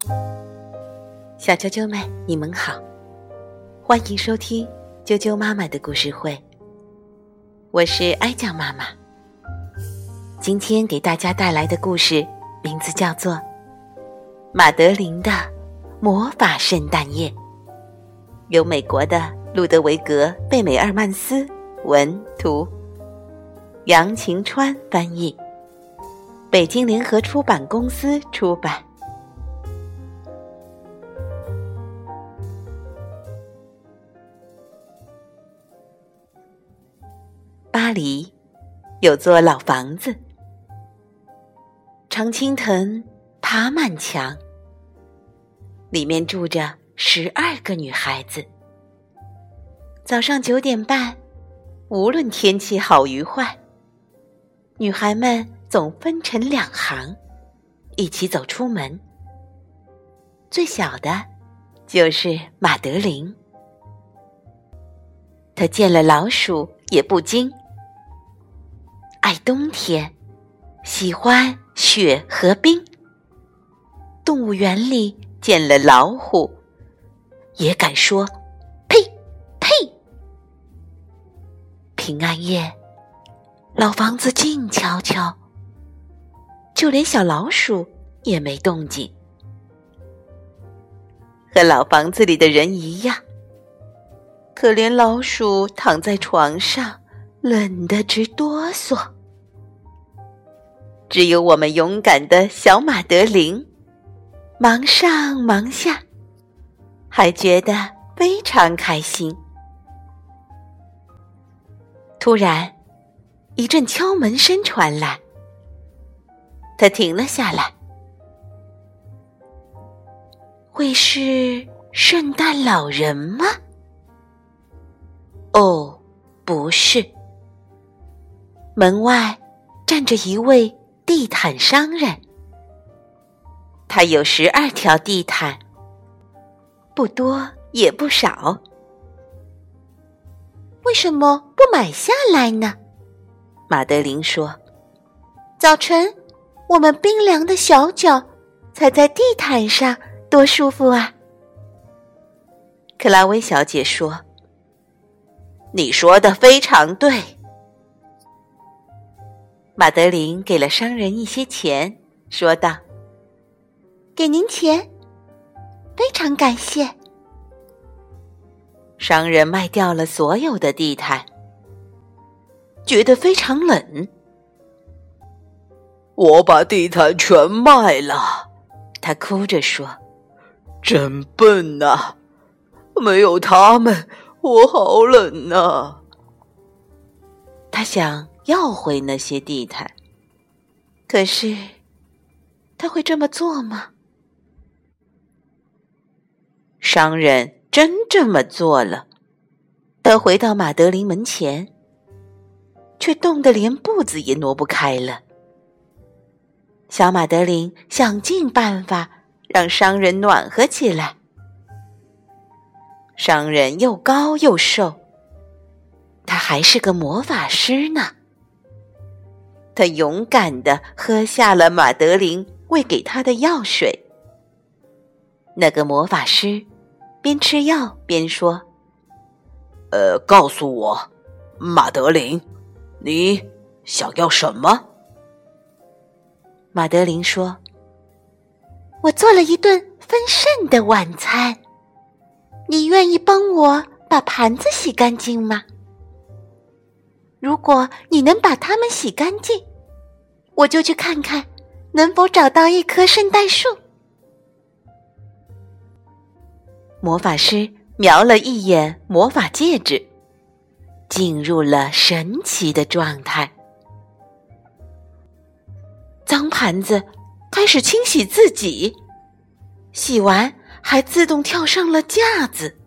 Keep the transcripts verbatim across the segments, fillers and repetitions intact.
小啾啾们，你们好，欢迎收听啾啾妈妈的故事会，我是哀酱妈妈。今天给大家带来的故事名字叫做《马德琳的魔法圣诞夜》，由美国的路德维格·贝美尔曼斯文图，杨晴川翻译，北京联合出版公司出版。巴黎有座老房子，常青藤爬满墙，里面住着十二个女孩子。早上九点半，无论天气好与坏，女孩们总分成两行，一起走出门。最小的就是马德琳，她见了老鼠也不惊，爱冬天，喜欢雪和冰。动物园里见了老虎，也敢说呸呸。平安夜，老房子静悄悄，就连小老鼠也没动静。和老房子里的人一样，可怜老鼠躺在床上，冷得直哆嗦。只有我们勇敢的小马德琳，忙上忙下，还觉得非常开心。突然，一阵敲门声传来，他停了下来。会是圣诞老人吗？哦，不是。门外站着一位地毯商人，他有十二条地毯，不多也不少。为什么不买下来呢？马德琳说，早晨我们冰凉的小脚踩在地毯上多舒服啊。克拉薇小姐说，你说的非常对。马德琳给了商人一些钱，说道，给您钱，非常感谢。商人卖掉了所有的地毯，觉得非常冷。 我把地毯全卖了， 他哭着说， 真笨啊，没有他们，我好冷啊。 他想要回那些地毯，可是他会这么做吗？商人真这么做了，他回到马德琳门前，却冻得连步子也挪不开了。小马德琳想尽办法让商人暖和起来。商人又高又瘦，他还是个魔法师呢。他勇敢地喝下了马德琳喂给他的药水。那个魔法师边吃药边说， 呃，告诉我，马德琳，你想要什么？ 马德琳说，我做了一顿丰盛的晚餐，你愿意帮我把盘子洗干净吗？如果你能把它们洗干净，我就去看看能否找到一棵圣诞树。魔法师瞄了一眼魔法戒指，进入了神奇的状态。脏盘子开始清洗自己，洗完还自动跳上了架子。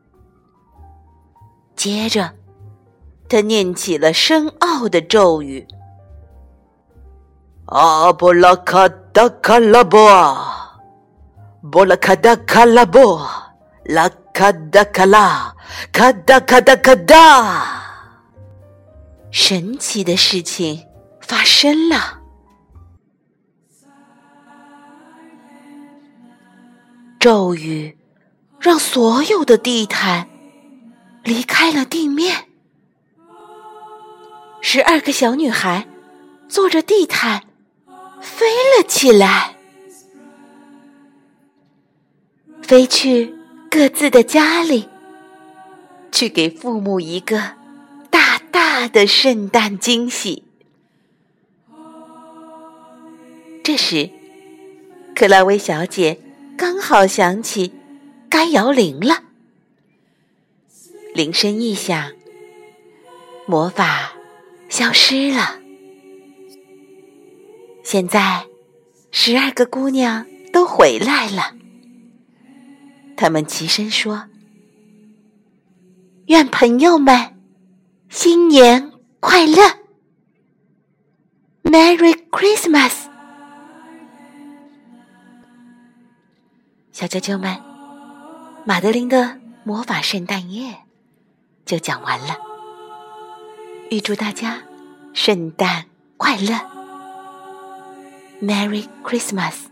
接着他念起了深奥的咒语， 阿波拉卡达卡拉波，波拉卡达卡拉波，拉卡达卡拉，卡达卡达卡达。 神奇的事情发生了。 咒语让所有的地毯离开了地面。十二个小女孩坐着地毯飞了起来，飞去各自的家里，去给父母一个大大的圣诞惊喜。这时，克拉薇小姐刚好想起该摇铃了。铃声一响，魔法消失了。现在，十二个姑娘都回来了。她们齐声说：“愿朋友们新年快乐 ！Merry Christmas！” 小啾啾们，马德琳的魔法圣诞夜就讲完了。预祝大家圣诞快乐 ！Merry Christmas！